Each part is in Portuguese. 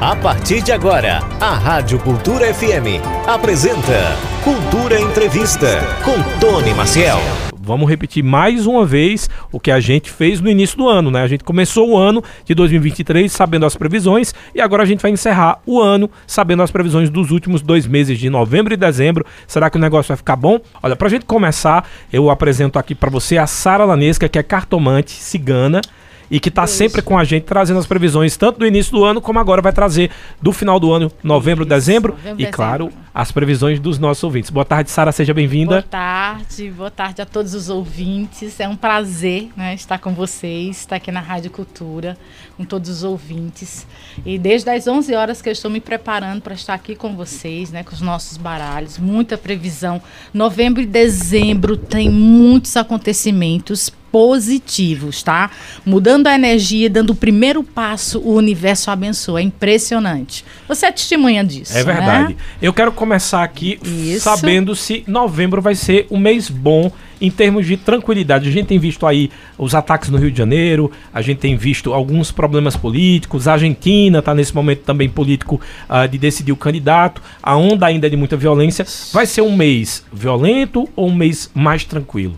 A partir de agora, a Rádio Cultura FM apresenta Cultura Entrevista com Tony Maciel. Vamos repetir mais uma vez o que a gente fez no início do ano, né? A gente começou o ano de 2023 sabendo as previsões e agora a gente vai encerrar o ano sabendo as previsões dos últimos 2 meses de novembro e dezembro. Será que o negócio vai ficar bom? Olha, pra gente começar, eu apresento aqui pra você a Sara Lanesca, que é cartomante cigana e que tá sempre com a gente trazendo as previsões tanto do início do ano como agora vai trazer do final do ano, novembro, dezembro e, claro, as previsões dos nossos ouvintes. Boa tarde, Sara, seja bem-vinda. Boa tarde a todos os ouvintes. É um prazer, né, estar com vocês, estar aqui na Rádio Cultura, com todos os ouvintes. E desde as 11 horas que eu estou me preparando para estar aqui com vocês, né, com os nossos baralhos, muita previsão. Novembro e dezembro tem muitos acontecimentos positivos, tá? Mudando a energia, dando o primeiro passo, o universo abençoa. É impressionante. Você é testemunha disso, é verdade, né? Eu quero começar aqui sabendo se novembro vai ser um mês bom em termos de tranquilidade. A gente tem visto aí os ataques no Rio de Janeiro, a gente tem visto alguns problemas políticos, a Argentina está nesse momento também político de decidir o candidato, a onda ainda é de muita violência. Vai ser um mês violento ou um mês mais tranquilo?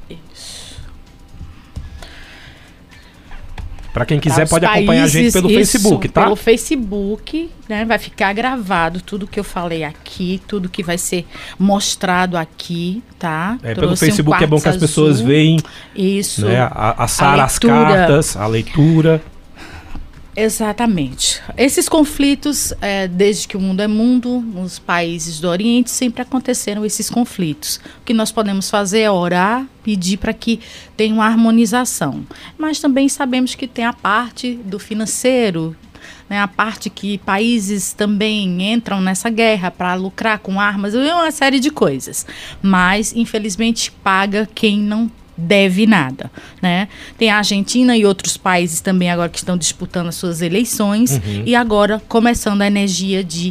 Para quem quiser pode acompanhar a gente pelo Facebook, tá? Pelo Facebook, né? Vai ficar gravado tudo que eu falei aqui, tudo que vai ser mostrado aqui, tá? Pelo Facebook é bom que as pessoas veem. Isso. Né? A Sara, as cartas, a leitura. Exatamente. Esses conflitos, desde que o mundo é mundo, nos países do Oriente, sempre aconteceram esses conflitos. O que nós podemos fazer é orar, pedir para que tenha uma harmonização. Mas também sabemos que tem a parte do financeiro, né, a parte que países também entram nessa guerra para lucrar com armas, uma série de coisas. Mas, infelizmente, paga quem não deve nada, né? Tem a Argentina e outros países também agora que estão disputando as suas eleições e agora começando a energia de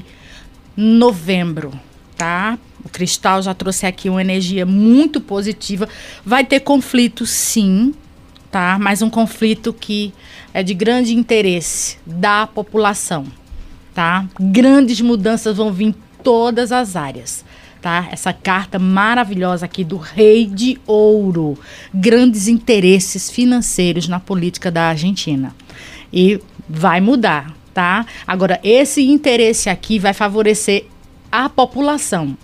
novembro, tá? O Cristal já trouxe aqui uma energia muito positiva. Vai ter conflito, sim, tá? Mas um conflito que é de grande interesse da população, tá? Grandes mudanças vão vir em todas as áreas. Tá? Essa carta maravilhosa aqui do Rei de Ouro, grandes interesses financeiros na política da Argentina. E vai mudar, tá? Agora, esse interesse aqui vai favorecer a população,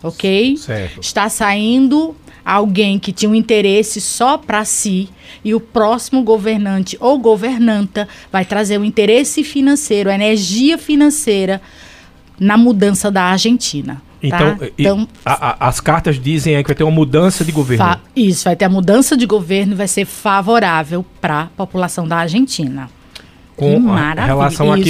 ok? Certo. Está saindo alguém que tinha um interesse só para si e o próximo governante ou governanta vai trazer o interesse financeiro, a energia financeira na mudança da Argentina. Então, as cartas dizem aí que vai ter uma mudança de governo. Isso, vai ter a mudança de governo e vai ser favorável para a população da Argentina. Com maravilha. Relação aqui...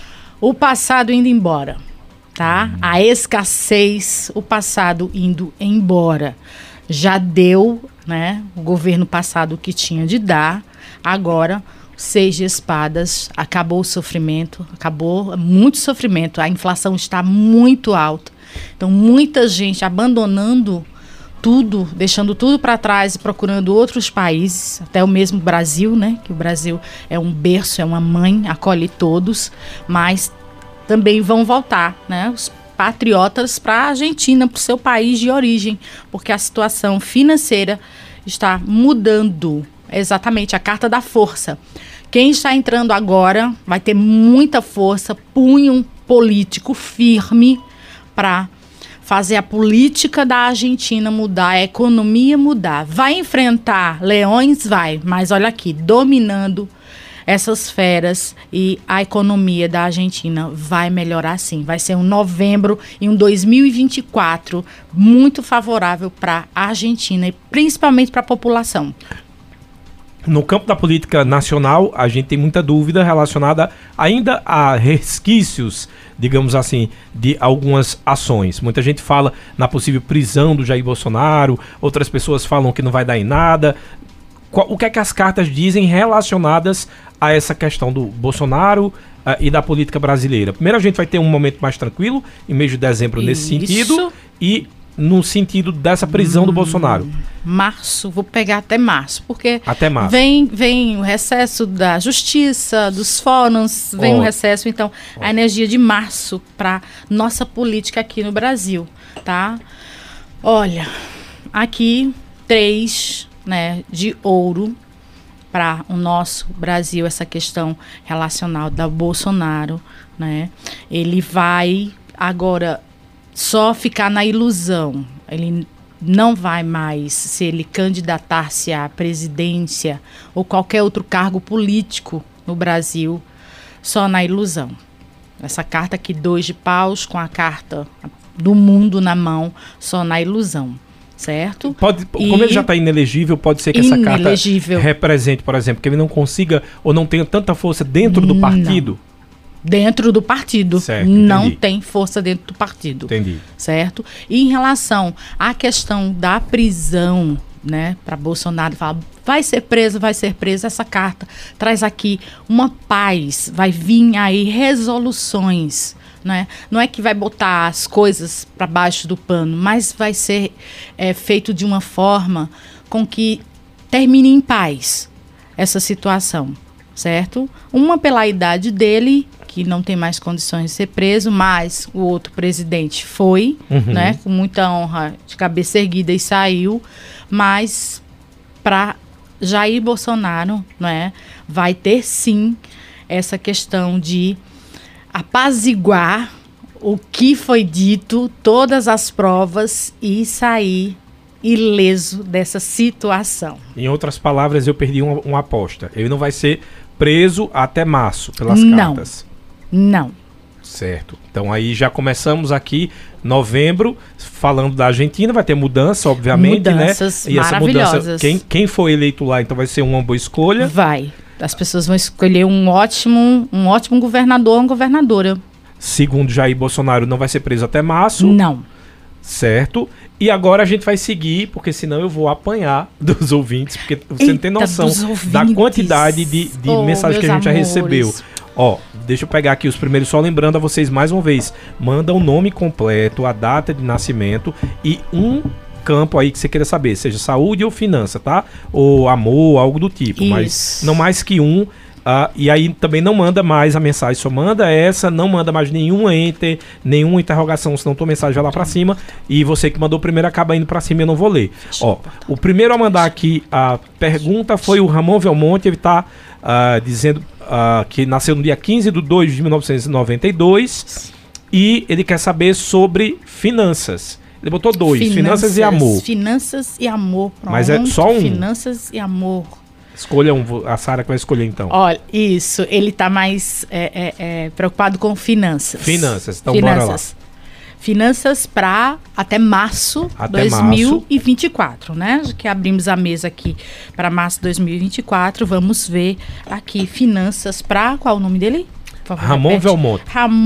O passado indo embora, tá? A escassez, o passado indo embora. Já deu, né? O governo passado o que tinha de dar, agora... 6 de espadas, acabou o sofrimento, acabou muito sofrimento, a inflação está muito alta, então muita gente abandonando tudo, deixando tudo para trás e procurando outros países, até o mesmo Brasil, né, que o Brasil é um berço, é uma mãe, acolhe todos, mas também vão voltar, né, os patriotas para a Argentina, para o seu país de origem, porque a situação financeira está mudando. Exatamente, a carta da força. Quem está entrando agora vai ter muita força, punho político firme para fazer a política da Argentina mudar, a economia mudar. Vai enfrentar leões? Vai, mas olha aqui, dominando essas feras e a economia da Argentina vai melhorar sim. Vai ser um novembro e um 2024 muito favorável para a Argentina e principalmente para a população. No campo da política nacional, a gente tem muita dúvida relacionada ainda a resquícios, digamos assim, de algumas ações. Muita gente fala na possível prisão do Jair Bolsonaro, outras pessoas falam que não vai dar em nada. O que é que as cartas dizem relacionadas a essa questão do Bolsonaro e da política brasileira? Primeiro a gente vai ter um momento mais tranquilo, em mês de dezembro, nesse sentido, e no sentido dessa prisão do Bolsonaro? Março, vou pegar até março, porque Até março. vem o recesso da justiça, dos fóruns, vem o recesso, então, a energia de março para nossa política aqui no Brasil, tá? Olha, aqui 3, né, de ouro para o nosso Brasil, essa questão relacionada ao Bolsonaro, né? Ele vai agora só ficar na ilusão. Ele não vai mais, se ele candidatar-se à presidência ou qualquer outro cargo político no Brasil, só na ilusão. Essa carta aqui, 2 de paus, com a carta do mundo na mão, só na ilusão. Certo? Como ele já está inelegível, pode ser que essa carta represente, por exemplo, que ele não consiga ou não tenha tanta força dentro do partido? Dentro do partido. Certo, não tem força dentro do partido. Entendi. Certo? E em relação à questão da prisão, né, para Bolsonaro falar, vai ser preso, essa carta traz aqui uma paz, vai vir aí resoluções. Né? Não é que vai botar as coisas para baixo do pano, mas vai ser feito de uma forma com que termine em paz essa situação, certo? Uma pela idade dele, que não tem mais condições de ser preso, mas o outro presidente foi, né, com muita honra, de cabeça erguida e saiu, mas para Jair Bolsonaro, né, vai ter sim essa questão de apaziguar o que foi dito, todas as provas e sair ileso dessa situação. Em outras palavras, eu perdi uma aposta. Ele não vai ser preso até março pelas cartas. Não. Certo. Então aí já começamos aqui, novembro, falando da Argentina, vai ter mudança, obviamente, mudanças, né? E essa maravilhosas. mudança, quem for eleito lá, então vai ser uma boa escolha? Vai. As pessoas vão escolher um ótimo governador ou uma governadora. Segundo Jair Bolsonaro, não vai ser preso até março. Não. Certo. E agora a gente vai seguir, porque senão eu vou apanhar dos ouvintes, porque você não tem noção da quantidade de mensagens que a gente já recebeu. Ó, deixa eu pegar aqui os primeiros, só lembrando a vocês mais uma vez, manda o nome completo, a data de nascimento e um campo aí que você queira saber, seja saúde ou finança, tá? Ou amor, algo do tipo, mas não mais que um. E aí também não manda mais a mensagem, só manda essa, não manda mais nenhum enter, nenhuma interrogação, senão tua mensagem vai lá pra cima e você que mandou primeiro acaba indo pra cima e eu não vou ler. Ó, o primeiro a mandar aqui a pergunta foi o Ramon Velmonte, ele tá dizendo que nasceu no dia 15/2 de 1992 e ele quer saber sobre finanças. Ele botou 2, finanças e amor. Finanças e amor, pronto. Mas é só um. Finanças e amor. Escolha um, a Sara que vai escolher então. Olha, isso, ele tá mais preocupado com finanças. Finanças, então bora lá. Finanças para até março de 2024, né? Que abrimos a mesa aqui para março de 2024. Vamos ver aqui finanças para qual o nome dele? Ramon Velmonte.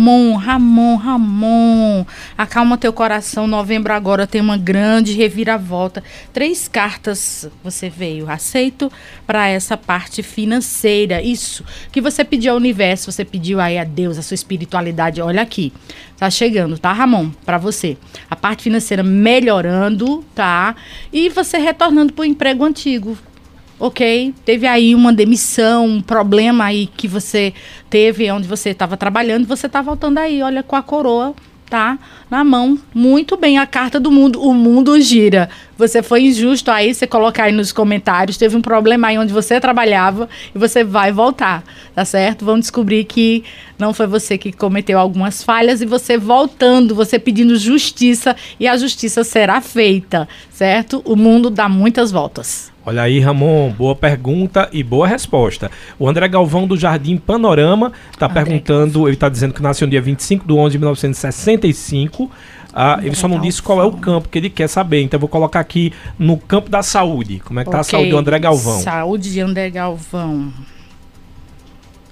Ramon. Acalma teu coração. Novembro agora tem uma grande reviravolta. 3 cartas você veio. Aceito para essa parte financeira. Isso que você pediu ao universo, você pediu aí a Deus, a sua espiritualidade. Olha aqui. Tá chegando, tá, Ramon? Para você. A parte financeira melhorando, tá? E você retornando para o emprego antigo. Ok, teve aí uma demissão, um problema aí que você teve onde você estava trabalhando, você está voltando aí, olha, com a coroa, tá? Na mão, muito bem, a carta do mundo, o mundo gira. Você foi injusto aí, você colocar aí nos comentários, teve um problema aí onde você trabalhava e você vai voltar, tá certo? Vamos descobrir que não foi você que cometeu algumas falhas e você voltando, você pedindo justiça e a justiça será feita, certo? O mundo dá muitas voltas. Olha aí, Ramon, boa pergunta e boa resposta. O André Galvão do Jardim Panorama está perguntando, ele está dizendo que nasceu no dia 25/11 de 1965. Ele só não disse qual é o campo que ele quer saber, então eu vou colocar aqui no campo da saúde. Como é que tá a saúde do André Galvão? Saúde de André Galvão.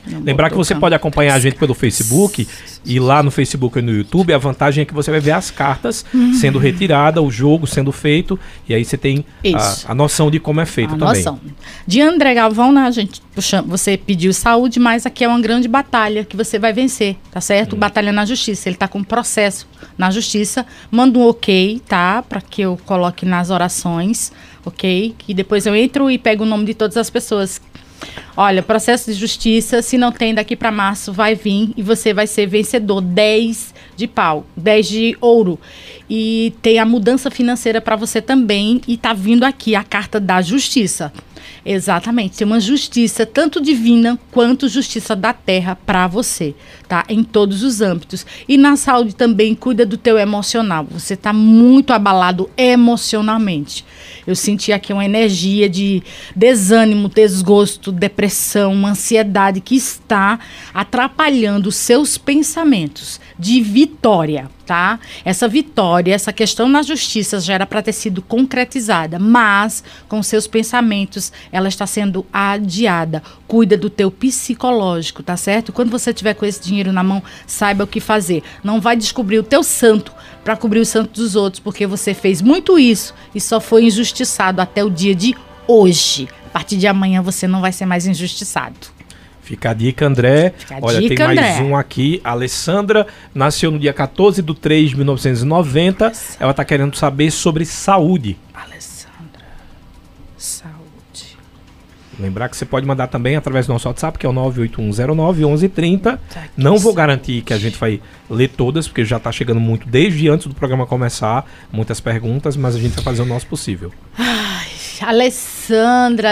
Lembrar que você pode acompanhar a gente pelo Facebook e lá no Facebook e no YouTube. A vantagem é que você vai ver as cartas sendo retiradas, o jogo sendo feito, e aí você tem a noção de como é feito também. Noção. De André Galvão, né, você pediu saúde, mas aqui é uma grande batalha que você vai vencer, tá certo? Batalha na justiça. Ele tá com processo na justiça. Manda um ok, tá? Para que eu coloque nas orações, ok? Que depois eu entro e pego o nome de todas as pessoas. Olha, processo de justiça, se não tem daqui para março, vai vir e você vai ser vencedor. 10 de pau, 10 de ouro. E tem a mudança financeira para você também. E tá vindo aqui a carta da justiça. Exatamente, tem uma justiça tanto divina quanto justiça da terra para você, tá? Em todos os âmbitos. E na saúde também, cuida do teu emocional. Você tá muito abalado emocionalmente. Eu senti aqui uma energia de desânimo, desgosto, depressão, uma ansiedade que está atrapalhando os seus pensamentos de vitória, tá? Essa vitória, essa questão na justiça já era para ter sido concretizada, mas com seus pensamentos ela está sendo adiada. Cuida do teu psicológico, tá certo? Quando você tiver com esse dinheiro na mão, saiba o que fazer. Não vai descobrir o teu santo para cobrir o santo dos outros, porque você fez muito isso e só foi injustiçado até o dia de hoje. A partir de amanhã você não vai ser mais injustiçado. Fica a dica, André. Olha, dica, tem mais André. um aqui. A Alessandra nasceu no dia 14/3/1990. Ela está querendo saber sobre saúde. Alessandra, saúde. Lembrar que você pode mandar também através do nosso WhatsApp, que é o 981091130. Não vou garantir que a gente vai ler todas, porque já está chegando muito desde antes do programa começar. Muitas perguntas, mas a gente vai fazer o nosso possível. Alessandra,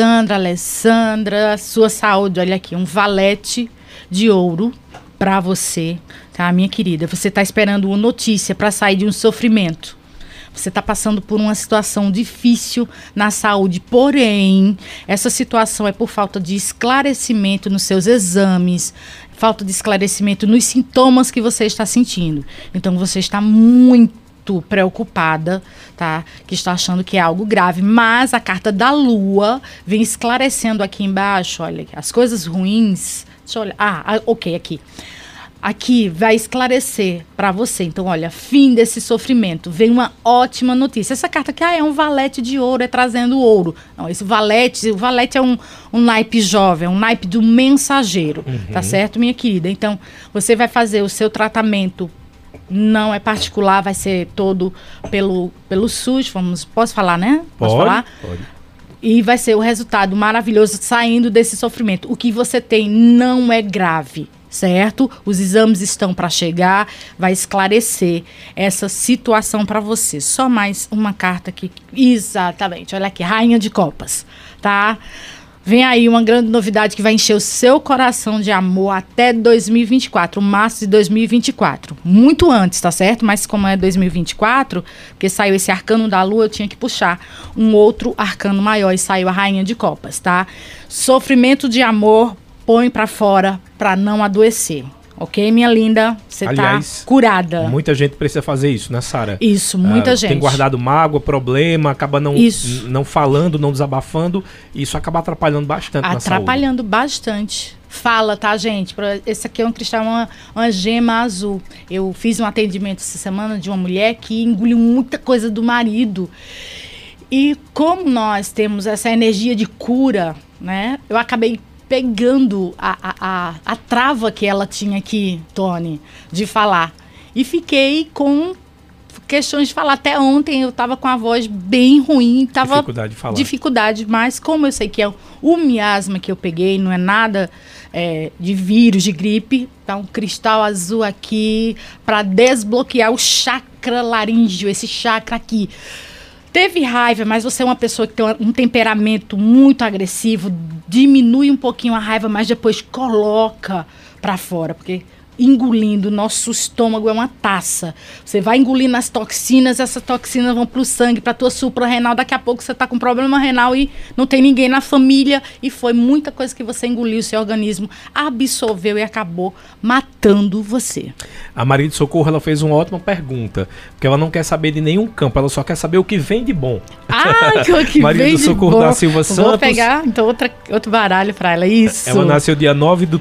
sua saúde, olha aqui, um valete de ouro para você, tá, minha querida? Você está esperando uma notícia para sair de um sofrimento. Você está passando por uma situação difícil na saúde, porém, essa situação é por falta de esclarecimento nos seus exames, falta de esclarecimento nos sintomas que você está sentindo. Então, você está muito preocupada, tá? Que está achando que é algo grave, mas a carta da Lua vem esclarecendo aqui embaixo, olha, as coisas ruins, deixa eu olhar, ok, aqui vai esclarecer para você. Então, olha, fim desse sofrimento, vem uma ótima notícia. Essa carta aqui é um valete de ouro, é trazendo ouro. Não, esse valete, o valete é um naipe jovem, um naipe do mensageiro, tá certo, minha querida? Então, você vai fazer o seu tratamento, não é particular, vai ser todo pelo SUS, posso falar, né? Posso falar? Pode. E vai ser o resultado maravilhoso saindo desse sofrimento. O que você tem não é grave, certo? Os exames estão para chegar, vai esclarecer essa situação para você. Só mais uma carta aqui. Exatamente, olha aqui, Rainha de Copas, tá? Vem aí uma grande novidade que vai encher o seu coração de amor até 2024, março de 2024. Muito antes, tá certo? Mas como é 2024, porque saiu esse arcano da Lua, eu tinha que puxar um outro arcano maior e saiu a Rainha de Copas, tá? Sofrimento de amor, põe pra fora pra não adoecer. Ok, minha linda? Você tá curada. Muita gente precisa fazer isso, né, Sara? Isso, muita gente. Tem guardado mágoa, problema, acaba não falando, não desabafando. E isso acaba atrapalhando bastante na saúde. Atrapalhando bastante. Fala, tá, gente? Esse aqui é um cristal, uma gema azul. Eu fiz um atendimento essa semana de uma mulher que engoliu muita coisa do marido. E como nós temos essa energia de cura, né? Eu acabei pegando a trava que ela tinha aqui, Tony, de falar. E fiquei com questões de falar. Até ontem eu estava com a voz bem ruim. Dificuldade de falar. Dificuldade, mas como eu sei que é o miasma que eu peguei, não é nada de vírus, de gripe, tá um cristal azul aqui para desbloquear o chakra laríngeo, esse chakra aqui. Teve raiva, mas você é uma pessoa que tem um temperamento muito agressivo, diminui um pouquinho a raiva, mas depois coloca pra fora, porque engolindo. Nosso estômago é uma taça. Você vai engolindo as toxinas, essas toxinas vão pro sangue, pra tua suprarrenal. Daqui a pouco você tá com problema renal e não tem ninguém na família. E foi muita coisa que você engoliu, seu organismo absorveu e acabou matando você. A Maria de Socorro, ela fez uma ótima pergunta, porque ela não quer saber de nenhum campo, ela só quer saber o que vem de bom. Ah, que Maria vem do Socorro de bom. da Silva Santos. Vou pegar então outro baralho pra ela. Isso. Ela nasceu dia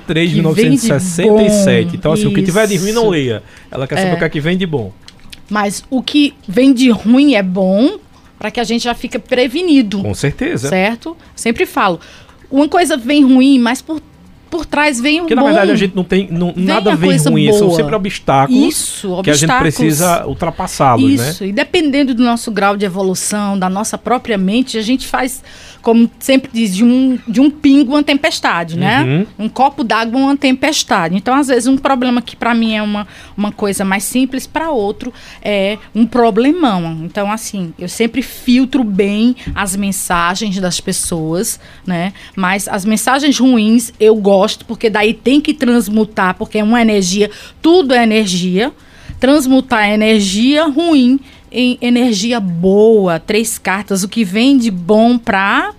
9/3/1967. Então, assim, o que tiver de ruim, não leia. Ela quer saber o que é que vem de bom. Mas o que vem de ruim é bom para que a gente já fique prevenido. Com certeza. Certo? Sempre falo. Uma coisa vem ruim, mas por trás vem o bom. Porque, na verdade, a gente não tem... nada vem ruim. São sempre obstáculos. Isso, que a gente precisa ultrapassá-los, né? Isso. E dependendo do nosso grau de evolução, da nossa própria mente, a gente faz, como sempre diz, de um pingo uma tempestade, né? Um copo d'água uma tempestade. Então, às vezes, um problema que para mim é uma coisa mais simples, para outro é um problemão. Então, assim, eu sempre filtro bem as mensagens das pessoas, né? Mas as mensagens ruins eu gosto, porque daí tem que transmutar, porque é uma energia, tudo é energia. Transmutar a energia ruim em energia boa. 3 cartas, o que vem de bom pra...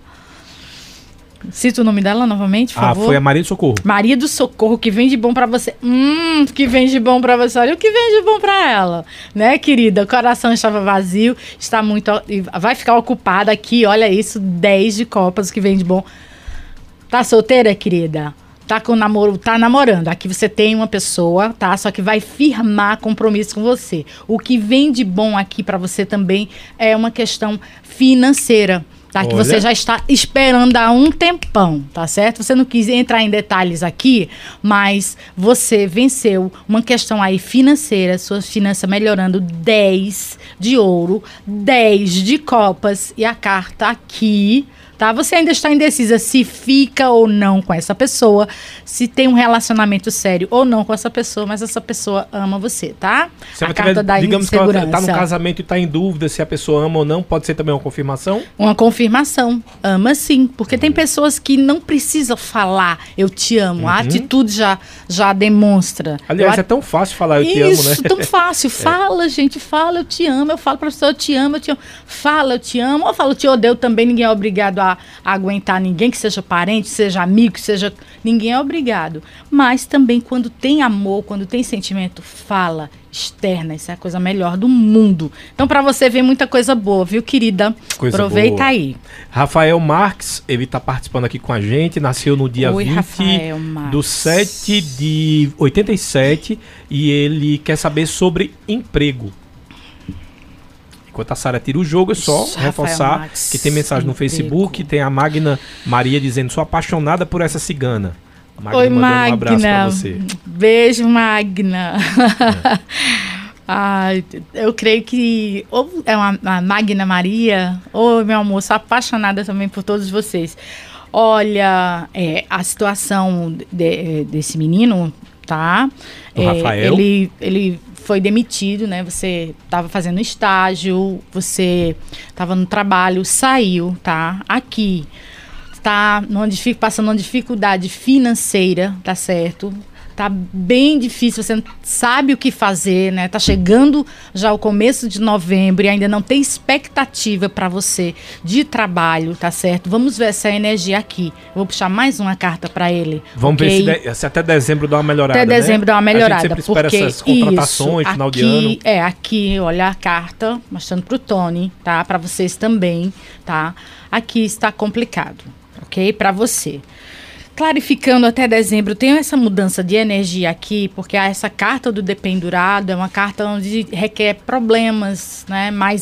Cita o nome dela novamente, por favor. Foi a Maria do Socorro. Maria do Socorro, que vem de bom pra você. Que vem de bom pra você. Olha o que vem de bom pra ela. Né, querida? O coração estava vazio, está muito... Vai ficar ocupada aqui, olha isso, 10 de copas, o que vem de bom. Tá solteira, querida? Tá com namoro, tá namorando. Aqui você tem uma pessoa, tá? Só que vai firmar compromisso com você. O que vem de bom aqui pra você também é uma questão financeira, tá? Que você já está esperando há um tempão, tá certo? Você não quis entrar em detalhes aqui, mas você venceu uma questão aí financeira, sua finança melhorando, 10 de ouro, 10 de copas e a carta aqui... Tá? Você ainda está indecisa se fica ou não com essa pessoa, se tem um relacionamento sério ou não com essa pessoa, mas essa pessoa ama você, tá? Se a carta da digamos que ela está no casamento e está em dúvida se a pessoa ama ou não, pode ser também uma confirmação? Uma confirmação. Ama sim, porque tem pessoas que não precisam falar eu te amo, a atitude já demonstra. Aliás, é tão fácil falar eu te amo, né? Isso, tão fácil. Fala, gente, fala eu te amo. Eu falo pra pessoa eu te amo, eu te amo. Fala eu te amo, ou falo eu te odeio também, ninguém é obrigado a aguentar ninguém, que seja parente, seja amigo, que seja... Ninguém é obrigado. Mas também quando tem amor, quando tem sentimento, fala, externa. Isso é a coisa melhor do mundo. Então pra você ver muita coisa boa, viu, querida? Coisa Aproveita boa. aí. Rafael Marques, ele tá participando aqui com a gente, nasceu no dia 20/7/87 e ele quer saber sobre emprego. Enquanto a Sara tira o jogo, é só reforçar que tem mensagem no Facebook, tem a Magna Maria dizendo, sou apaixonada por essa cigana. A Magna Oi, mandando Magna. um abraço pra você. Beijo, Magna. Ai, eu creio que ou é uma Magna Maria, ou, meu amor, sou apaixonada também por todos vocês. Olha, a situação desse menino, tá? O Rafael. Ele foi demitido, né? Você estava fazendo estágio, você estava no trabalho, saiu, tá? Aqui, tá passando uma dificuldade financeira, tá certo? Tá bem difícil, você não sabe o que fazer, né? Tá chegando já o começo de novembro e ainda não tem expectativa para você de trabalho, tá certo? Vamos ver essa energia aqui. Eu vou puxar mais uma carta para ele. Vamos ver se até dezembro dá uma melhorada, até dezembro dá uma melhorada. A gente sempre espera essas contratações, isso, final de ano. Aqui, olha a carta, mostrando pro Tony, tá? Para vocês também, tá? Aqui está complicado, ok? Para você. Clarificando até dezembro, tem essa mudança de energia aqui, porque essa carta do dependurado é uma carta onde requer problemas, né? Mas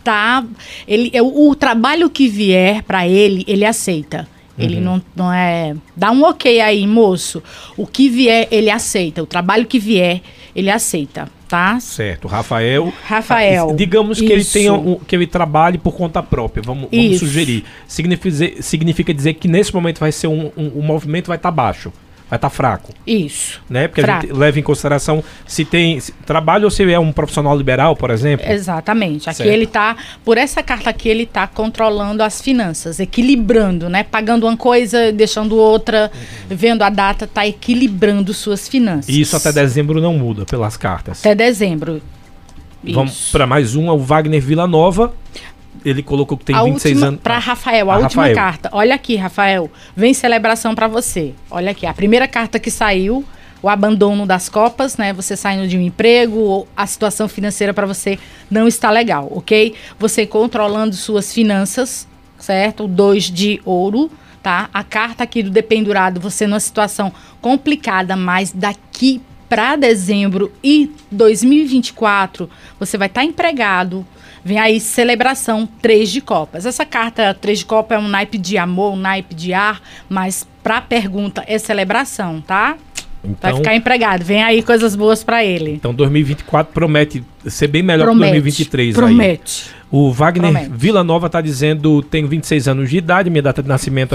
o trabalho que vier para ele aceita. Ele não é... Dá um ok aí, moço. O que vier, ele aceita. O trabalho que vier, ele aceita, tá? Certo. Rafael. Digamos que isso. que ele trabalhe por conta própria. Vamos sugerir. Significa dizer que nesse momento vai ser o movimento vai estar baixo. vai estar fraco. Isso. Né? Porque Fraco. a gente leva em consideração se tem trabalho ou se é um profissional liberal, por exemplo. Exatamente. Aqui Certo. ele tá, por essa carta aqui, ele tá controlando as finanças, equilibrando, né? Pagando uma coisa, deixando outra, vendo a data, tá equilibrando suas finanças. E isso até dezembro não muda pelas cartas. Até dezembro. Vamos Isso. para mais uma, o Wagner Villanova. Ele colocou que tem A 26 última, anos. para Rafael, a Ah, última Rafael. carta. Olha aqui, Rafael. Vem celebração para você. Olha aqui, a primeira carta que saiu, o abandono das copas, né? Você saindo de um emprego, ou a situação financeira para você não está legal, ok? Você controlando suas finanças, certo? O 2 de ouro, tá? A carta aqui do dependurado, você numa situação complicada, mas daqui para dezembro e 2024, você vai estar empregado. Vem aí celebração, 3 de copas. Essa carta 3 de copa é um naipe de amor, um naipe de ar, mas pra pergunta é celebração, tá? Vai Então, ficar empregado. Vem aí coisas boas pra ele. então 2024 promete ser bem melhor que 2023 aí. Promete. O Wagner Promete. Villanova está dizendo, tenho 26 anos de idade, minha data de nascimento é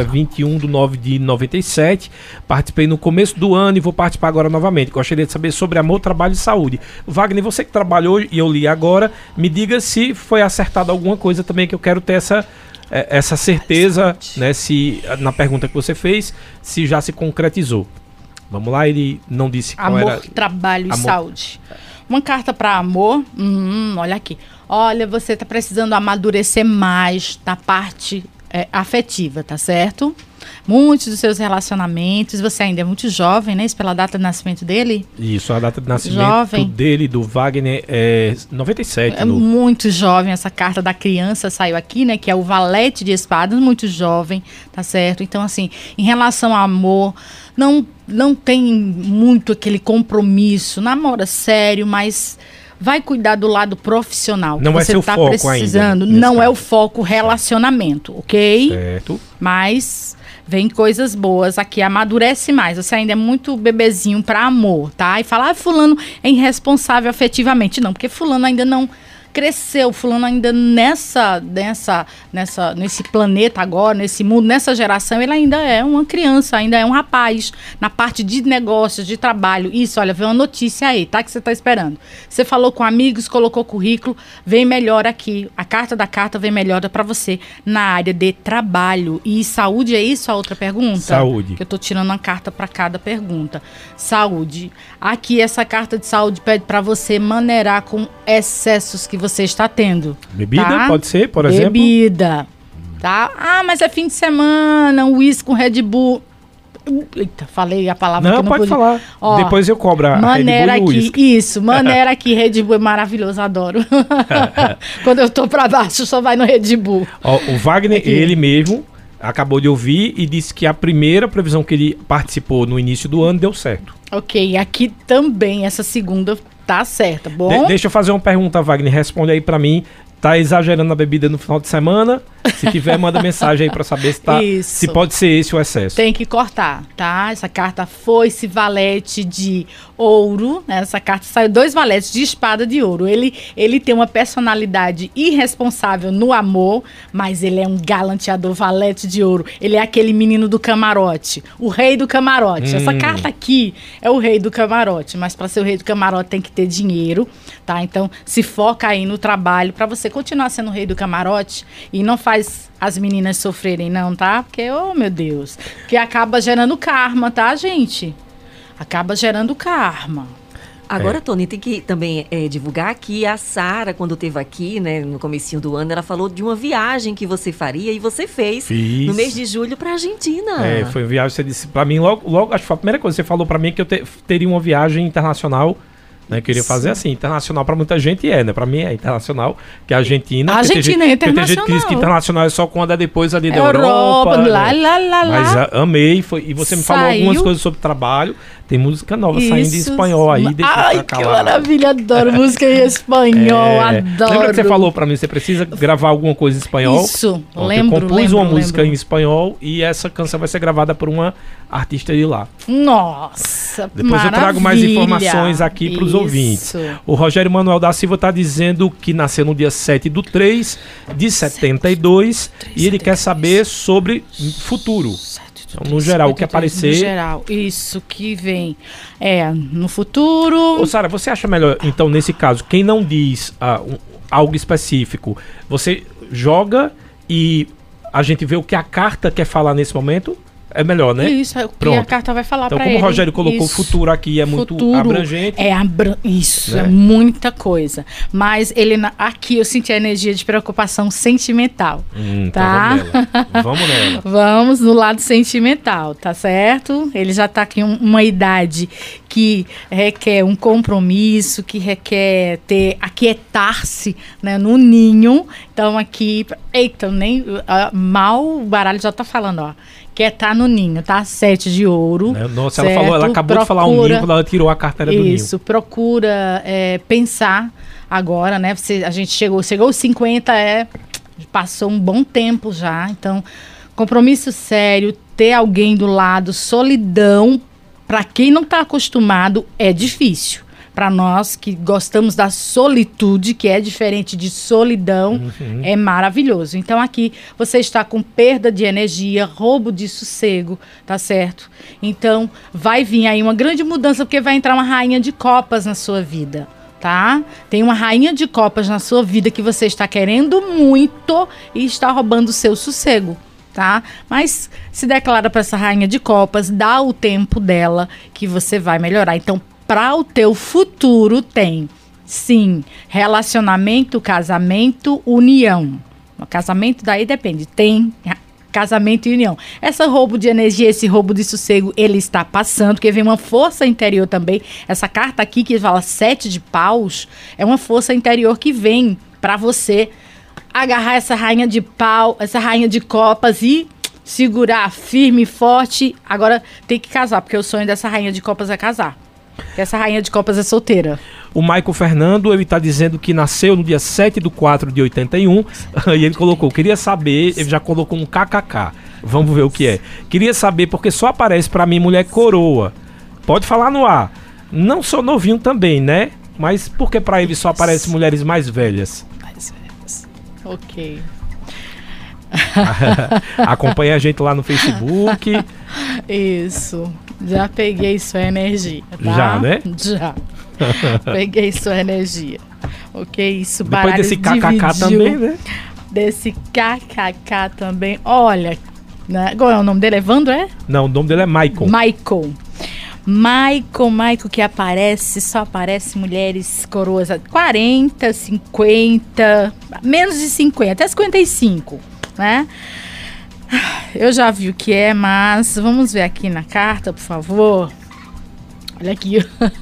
21/9/97, participei no começo do ano e vou participar agora novamente. Gostaria de saber sobre amor, trabalho e saúde. Wagner, você que trabalhou e eu li agora, me diga se foi acertado alguma coisa também, que eu quero ter essa certeza, né, se na pergunta que você fez, se já se concretizou. Vamos lá, ele não disse qual Amor, era. trabalho e Amor. saúde. Uma carta para amor. Olha aqui. Olha, você está precisando amadurecer mais da parte afetiva, tá certo? Muitos dos seus relacionamentos, você ainda é muito jovem, né? Isso pela data de nascimento dele? Isso, a data de nascimento Jovem. dele, do Wagner, é 97. É muito jovem, essa carta da criança saiu aqui, né? Que é o valete de espadas, muito jovem, tá certo? Então, assim, em relação ao amor, não tem muito aquele compromisso, namora sério, mas vai cuidar do lado profissional. Não vai você ser o tá foco precisando. ainda, nesse Não é caso. o foco relacionamento, ok? Certo. Mas vem coisas boas aqui, amadurece mais. Você ainda é muito bebezinho pra amor, tá? E falar, fulano é irresponsável afetivamente. Não, porque fulano ainda não cresceu, fulano ainda nesse planeta agora, nesse mundo, nessa geração, ele ainda é uma criança, ainda é um rapaz. Na parte de negócios, de trabalho, isso, olha, vem uma notícia aí, tá? Que você tá esperando. Você falou com amigos, colocou currículo, vem melhor aqui. A carta da carta vem melhor pra você na área de trabalho. E saúde, é isso a outra pergunta? Saúde. Que eu tô tirando uma carta pra cada pergunta. Saúde. Aqui, essa carta de saúde pede pra você maneirar com excessos que você está tendo. Bebida, tá? pode ser, por exemplo? Bebida. Tá? Ah, mas é fim de semana, um uísque com Red Bull. Eita, falei a palavra que Não, eu não pode podia. falar. Ó, Depois eu cobro a maneira Red Bull e o aqui, uísque. isso, maneira aqui, Red Bull é maravilhoso, adoro. Quando eu tô pra baixo, só vai no Red Bull. Ó, o Wagner, Aqui. ele mesmo, acabou de ouvir e disse que a primeira previsão que ele participou no início do ano deu certo. Ok, aqui também, essa segunda tá certa, bom? Deixa eu fazer uma pergunta, Wagner, responde aí pra mim. Tá exagerando a bebida no final de semana? Se tiver, manda mensagem aí pra saber Isso. se pode ser esse o excesso. Tem que cortar, tá? Essa carta foi esse valete de ouro, né? Essa carta saiu 2 valetes de espada de ouro. Ele tem uma personalidade irresponsável no amor, mas ele é um galanteador, valete de ouro. Ele é aquele menino do camarote, o rei do camarote. Essa carta aqui é o rei do camarote, mas para ser o rei do camarote tem que ter dinheiro, tá? Então se foca aí no trabalho para você continuar sendo o rei do camarote e não faz as meninas sofrerem não, tá? Porque, oh meu Deus, que acaba gerando karma, tá, gente? Acaba gerando karma. Agora, Tony, tem que também divulgar que a Sara, quando esteve aqui, né, no comecinho do ano, ela falou de uma viagem que você faria e você fez Fiz. no mês de julho para a Argentina. Foi uma viagem, você disse pra mim, logo, acho que foi a primeira coisa que você falou pra mim, que eu teria uma viagem internacional, né, que eu iria fazer assim, internacional pra muita gente né, pra mim é internacional, que a Argentina... A Argentina é Tem gente que diz que internacional. internacional é só quando é depois ali da Europa, Europa. lá, né? lá, lá, Mas lá. amei, e você me falou Saiu. algumas coisas sobre trabalho, tem música nova saindo em Isso. espanhol aí, deixa eu Ai, pra que cá. maravilha, adoro música em espanhol, adoro. Lembra que você falou pra mim, você precisa gravar alguma coisa em espanhol? Isso, Pronto, lembro, eu compus lembro, uma música lembro. em espanhol e essa canção vai ser gravada por uma artista de lá. Nossa, Depois eu trago mais maravilha. informações aqui para os Isso. ouvintes. O Rogério Manuel da Silva está dizendo que nasceu no dia 7/3 de 72 e ele quer saber sobre futuro. Então, no geral, o que 53 aparecer... No geral, isso que vem no futuro... Ô, Sara, você acha melhor, então, nesse caso, quem não diz algo específico, você joga e a gente vê o que a carta quer falar nesse momento? É melhor, né? Isso, o que a carta vai falar então, pra ele. Então, como o Rogério colocou, o futuro aqui é muito abrangente. Isso, né? É muita coisa. Mas aqui eu senti a energia de preocupação sentimental, tá? Então vamos nela. Vamos no lado sentimental, tá certo? Ele já tá aqui uma idade que requer um compromisso, que requer aquietar-se, né, no ninho. Então aqui, eita, mal o baralho já tá falando, ó. Quer estar no ninho, tá? 7 de ouro. Nossa, ela acabou de falar um ninho quando ela tirou a carteira do ninho. Isso, procura pensar agora, né? A gente chegou aos 50, passou um bom tempo já. Então, compromisso sério, ter alguém do lado, solidão, para quem não está acostumado, é difícil. Para nós que gostamos da solitude, que é diferente de solidão, é maravilhoso. Então aqui você está com perda de energia, roubo de sossego, tá certo? Então vai vir aí uma grande mudança, porque vai entrar uma rainha de copas na sua vida, tá? Tem uma rainha de copas na sua vida que você está querendo muito e está roubando o seu sossego. Tá? Mas se declara para essa rainha de copas, dá o tempo dela que você vai melhorar. Então, para o teu futuro tem, sim, relacionamento, casamento, união. O casamento daí depende, tem casamento e união. Esse roubo de energia, esse roubo de sossego, ele está passando, porque vem uma força interior também. Essa carta aqui que fala 7 de paus, é uma força interior que vem para você agarrar essa rainha de pau, essa rainha de copas e segurar firme e forte. Agora tem que casar, porque o sonho dessa rainha de copas é casar. Essa rainha de copas é solteira. O Michael Fernando, ele tá dizendo que nasceu no dia 7/4/81 e ele colocou, queria saber, ele já colocou um kkk. Vamos ver o que é. Queria saber porque só aparece pra mim mulher coroa. Pode falar no ar. Não sou novinho também, né? Mas por que pra ele só aparece mulheres mais velhas? Ok. Acompanha a gente lá no Facebook. Isso. Já peguei sua energia, tá? Já, né? Já. Peguei sua energia. Ok, isso. Depois desse kkk também, né? Desse kkk também. Olha, né? Qual é o nome dele? Evandro, é? Não, o nome dele é Michael. Michael que aparece, só aparece mulheres coroas 40, 50, menos de 50, até 55, né? Eu já vi o que é, mas vamos ver aqui na carta, por favor. Olha aqui.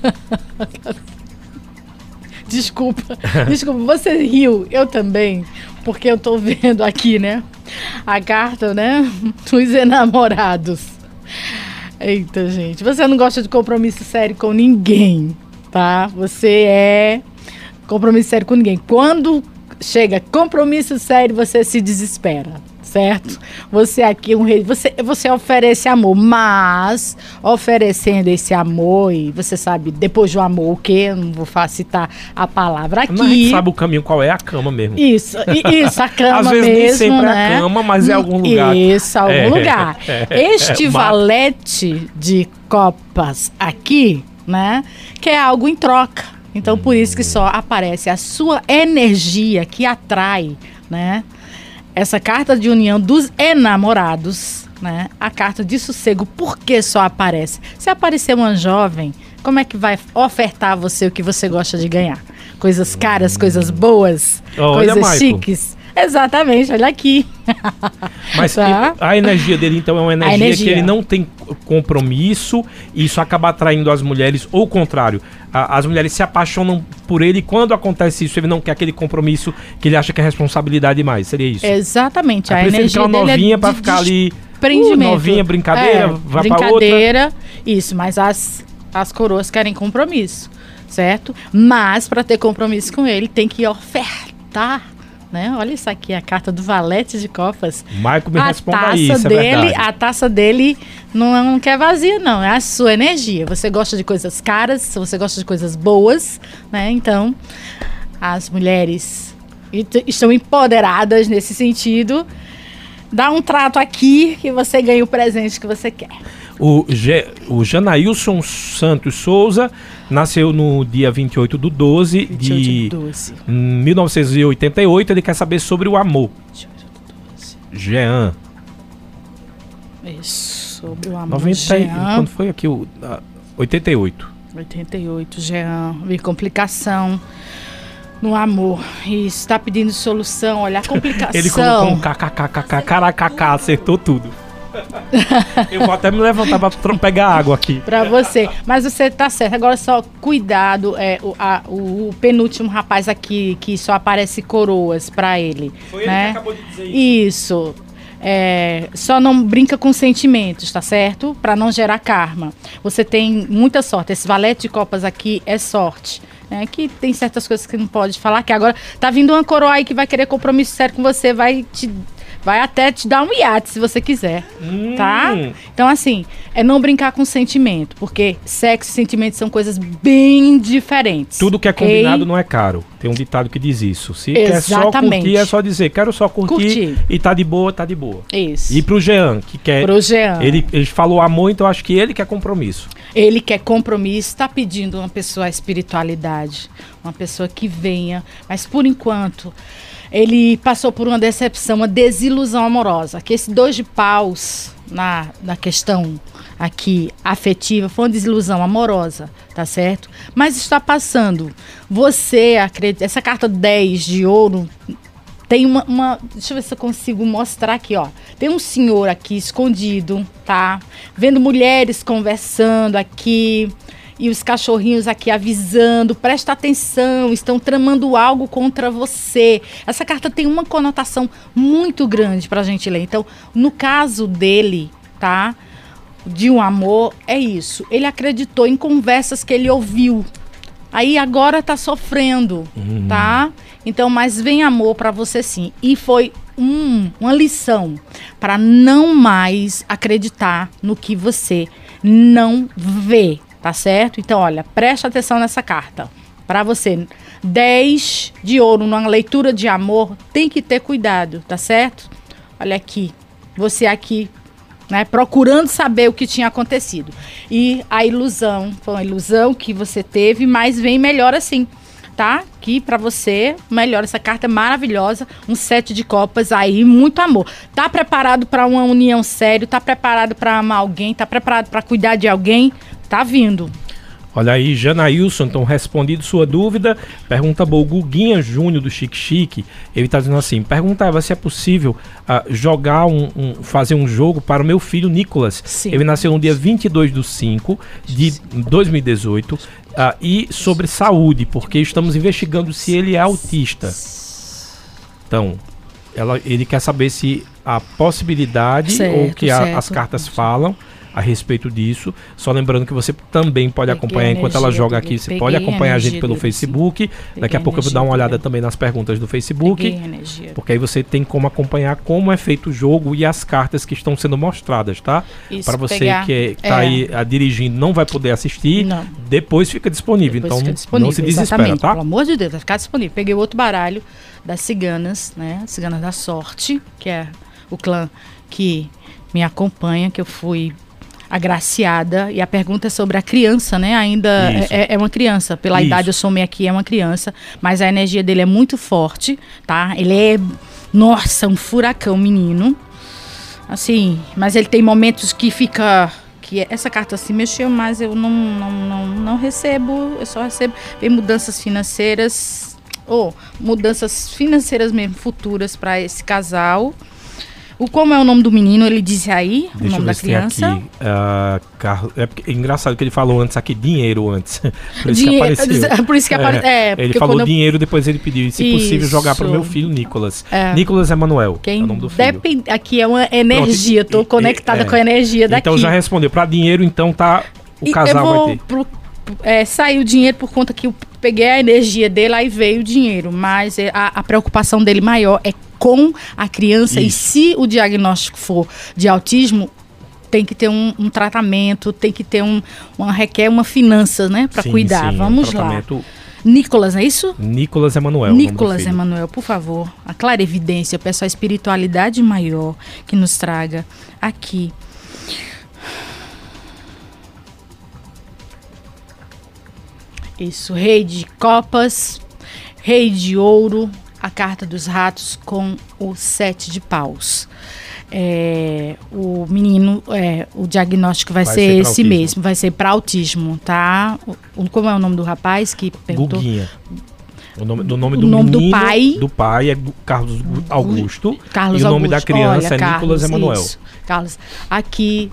Desculpa, você riu, eu também, porque eu tô vendo aqui, né? A carta, né? Dos enamorados. Eita, gente, você não gosta de compromisso sério com ninguém, tá? Você é compromisso sério com ninguém. Quando chega compromisso sério, você se desespera, certo? Você aqui é um rei, você oferece amor, mas oferecendo esse amor, e você sabe, depois do amor, o quê? Eu não vou citar a palavra aqui. Mas a gente sabe o caminho qual é, a cama mesmo. Isso, a cama às vezes mesmo, nem sempre né? é a cama, mas é algum lugar. Isso, algum lugar. Este valete de copas aqui, né? Que é algo em troca. Então, por isso que só aparece a sua energia que atrai, né? Essa carta de união dos enamorados, né? A carta de sossego, por que só aparece? Se aparecer uma jovem, como é que vai ofertar a você o que você gosta de ganhar? Coisas caras, coisas boas, olha, coisas chiques. Exatamente, olha aqui. Mas tá? A energia dele, então, é uma energia que ele não tem compromisso e isso acaba atraindo as mulheres, ou o contrário. As mulheres se apaixonam por ele e quando acontece isso, ele não quer aquele compromisso que ele acha que é responsabilidade demais. Seria isso? Exatamente. A energia dele novinha para ficar ali, novinha, brincadeira, vai para outra. Brincadeira, isso, mas as coroas querem compromisso, certo? Mas para ter compromisso com ele, tem que ofertar. Né? Olha isso aqui, a carta do valete de copas. Michael me responda aí, isso é verdade. A taça dele não quer vazia, não. É a sua energia. Você gosta de coisas caras, você gosta de coisas boas, né? Então, as mulheres estão empoderadas nesse sentido. Dá um trato aqui que você ganha o presente que você quer. O Janailson Santos Souza nasceu no dia 28 de 12 de 1988. Ele quer saber sobre o amor. Jean. Isso, sobre o amor. 90, Jean. Quando foi aqui? 88. 88, Jean. Vi complicação no amor. Isso, está pedindo solução. Olha a complicação. Ele colocou um kkkk, acertou tudo. Eu vou até me levantar pra pegar água aqui. Pra você. Mas você tá certo. Agora só cuidado. O penúltimo rapaz aqui que só aparece coroas pra ele. Foi né? ele que acabou de dizer isso. Isso. Só não brinca com sentimentos, tá certo? Pra não gerar karma. Você tem muita sorte. Esse valete de copas aqui é sorte. Que tem certas coisas que não pode falar. Que agora tá vindo uma coroa aí que vai querer compromisso sério com você. Vai até te dar um iate, se você quiser, tá? Então, assim, não brincar com sentimento, porque sexo e sentimento são coisas bem diferentes. Tudo que é combinado não é caro. Tem um ditado que diz isso. Se quer só curtir, é só dizer, quero só curtir. E tá de boa, tá de boa. Isso. E pro Jean, que quer... Pro Jean. Ele falou amor, então acho que ele quer compromisso. Ele quer compromisso, está pedindo uma pessoa à espiritualidade, uma pessoa que venha, mas por enquanto... Ele passou por uma decepção, uma desilusão amorosa. Que esse 2 de paus na questão aqui afetiva foi uma desilusão amorosa, tá certo? Mas está passando. Você acredita? Essa carta 10 de ouro tem uma... Deixa eu ver se eu consigo mostrar aqui, ó. Tem um senhor aqui escondido, tá? Vendo mulheres conversando aqui... E os cachorrinhos aqui avisando, presta atenção, estão tramando algo contra você. Essa carta tem uma conotação muito grande pra gente ler. Então, no caso dele, tá? De um amor, é isso. Ele acreditou em conversas que ele ouviu. Aí agora tá sofrendo, tá? Então, mas vem amor pra você sim. E foi uma lição para não mais acreditar no que você não vê. Tá certo? Então, olha, preste atenção nessa carta. Para você, 10 de ouro numa leitura de amor, tem que ter cuidado, tá certo? Olha aqui, você aqui, né, procurando saber o que tinha acontecido. E a ilusão, foi uma ilusão que você teve, mas vem melhor assim, tá? Que para você, melhor, essa carta é maravilhosa, um 7 de copas aí, muito amor. Tá preparado para uma união séria, tá preparado para amar alguém, tá preparado para cuidar de alguém? Tá vindo. Olha aí, Janailson, então respondido sua dúvida. Pergunta boa, Guguinha Júnior do Chique Chique. Ele tá dizendo assim, perguntava se é possível fazer um jogo para o meu filho Nicolas. Sim. Ele nasceu no dia 22/5 de 2018 e sobre saúde, porque estamos investigando se ele é autista. Então, ele quer saber se a possibilidade ou que as cartas falam a respeito disso. Só lembrando que você também pode acompanhar enquanto ela joga aqui. Você pode acompanhar a gente pelo Facebook. Daqui a pouco eu vou dar uma olhada também nas perguntas do Facebook. Porque aí você tem como acompanhar como é feito o jogo e as cartas que estão sendo mostradas, tá? Para você que tá aí dirigindo, não vai poder assistir. Não. Depois fica disponível. Depois então fica disponível, não se desespera, tá? Pelo amor de Deus, vai ficar disponível. Peguei outro baralho das ciganas, né? Ciganas da Sorte, que é o clã que me acompanha, que eu fui agraciada, e a pergunta é sobre a criança, né? Ainda é uma criança, pela idade eu somei aqui, é uma criança, mas a energia dele é muito forte, tá? Ele é, nossa, um furacão, menino, assim, mas ele tem momentos que fica, essa carta assim mexeu, mas eu não recebo, eu só recebo, vem mudanças financeiras, mudanças financeiras mesmo, futuras para esse casal. Como é o nome do menino? Ele disse aí, o nome da criança. É engraçado que ele falou antes aqui, dinheiro antes. Por isso que apareceu. Por isso que apareceu. Ele falou dinheiro, depois ele pediu, se possível, jogar para o meu filho Nicolas. Nicolas Emanuel, é o nome do filho. Aqui é uma energia, estou conectada com a energia daqui. Então já respondeu. Para dinheiro, então tá, o casal vai ter. Saiu o dinheiro por conta que eu peguei a energia dele, aí veio o dinheiro. Mas a preocupação dele maior é com a criança. Isso. E se o diagnóstico for de autismo, tem que ter um tratamento, tem que ter requer uma finança, né, para cuidar. Sim, Vamos lá. Nicolas, não é isso? Nicolas Emanuel. Nicolas Emanuel, por favor, a clarividência, eu peço a espiritualidade maior que nos traga aqui. Isso, rei de copas, rei de ouro, a carta dos ratos com o 7 de paus. O menino, o diagnóstico vai ser esse autismo. mesmo, vai ser para autismo, tá? Como é o nome do rapaz que perguntou? Guguinha. O nome do nome do menino, pai. do pai é Carlos Augusto. Carlos e o nome Augusto. da criança Olha, é Nicolas Emanuel. Isso, Carlos, aqui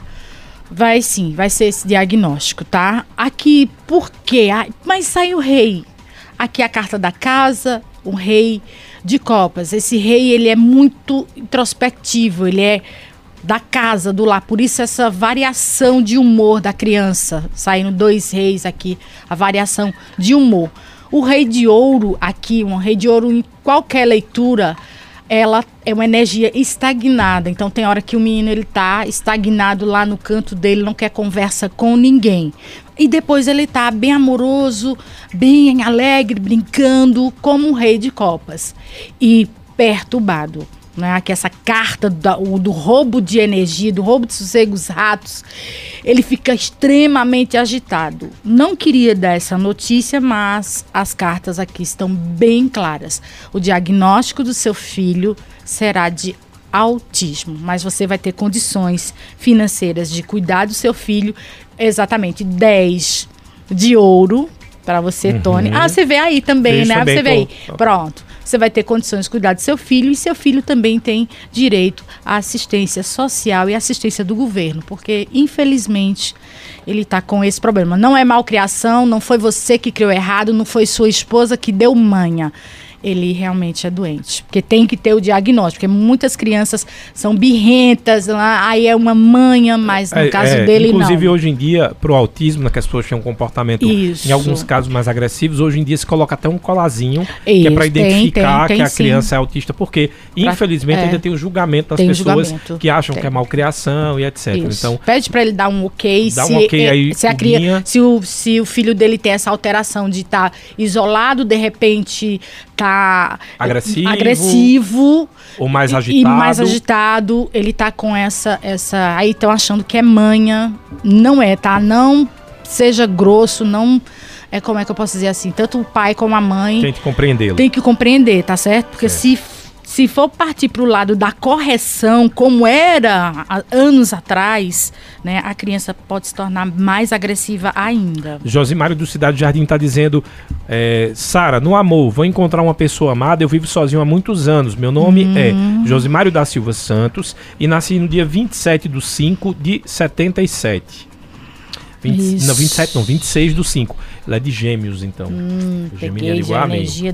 vai ser esse diagnóstico, tá? Aqui, por quê? Mas sai o rei. Aqui é a carta da casa, o rei de copas. Esse rei, ele é muito introspectivo, ele é da casa, do lar. Por isso essa variação de humor da criança. Saindo 2 reis aqui, a variação de humor. O rei de ouro aqui, um rei de ouro em qualquer leitura, ela é uma energia estagnada. Então tem hora que o menino ele tá estagnado lá no canto dele, não quer conversa com ninguém. E depois ele tá bem amoroso, bem alegre, brincando, como um rei de copas. E perturbado. Né? Aqui essa carta do roubo de energia, do roubo de sossego, os ratos, ele fica extremamente agitado. Não queria dar essa notícia, mas as cartas aqui estão bem claras. O diagnóstico do seu filho será de autismo, mas você vai ter condições financeiras de cuidar do seu filho. Exatamente, 10 de ouro para você, Tony. Você vê aí também, né? Você vê aí. Pronto. Você vai ter condições de cuidar do seu filho e seu filho também tem direito à assistência social e assistência do governo, porque, infelizmente, ele está com esse problema. Não é malcriação, não foi você que criou errado, não foi sua esposa que deu manha. Ele realmente é doente, porque tem que ter o diagnóstico, porque muitas crianças são birrentas, aí é uma manha, mas no caso dele inclusive, não. hoje em dia, pro autismo, né, que as pessoas têm um comportamento, em alguns casos, mais agressivos, hoje em dia se coloca até um colazinho, que é para identificar que a criança é autista, porque, infelizmente, ainda tem o julgamento das pessoas que acham que é malcriação e etc. Então, pede para ele dar um ok, se o filho dele tem essa alteração de estar isolado, de repente tá agressivo ou mais agitado, ele tá com essa aí estão achando que é manha, não é, tá? Não seja grosso, não é, como é que eu posso dizer assim, tanto o pai como a mãe tem que compreendê-lo. Tem que compreender, tá certo? Porque se for partir para o lado da correção, como era há anos atrás, né, a criança pode se tornar mais agressiva ainda. Josimário do Cidade Jardim está dizendo: Sara, no amor, vou encontrar uma pessoa amada, eu vivo sozinho há muitos anos. Meu nome é Josimário da Silva Santos e nasci no dia 27/5/77. 26/5. Ela é de Gêmeos, então. Peguei a energia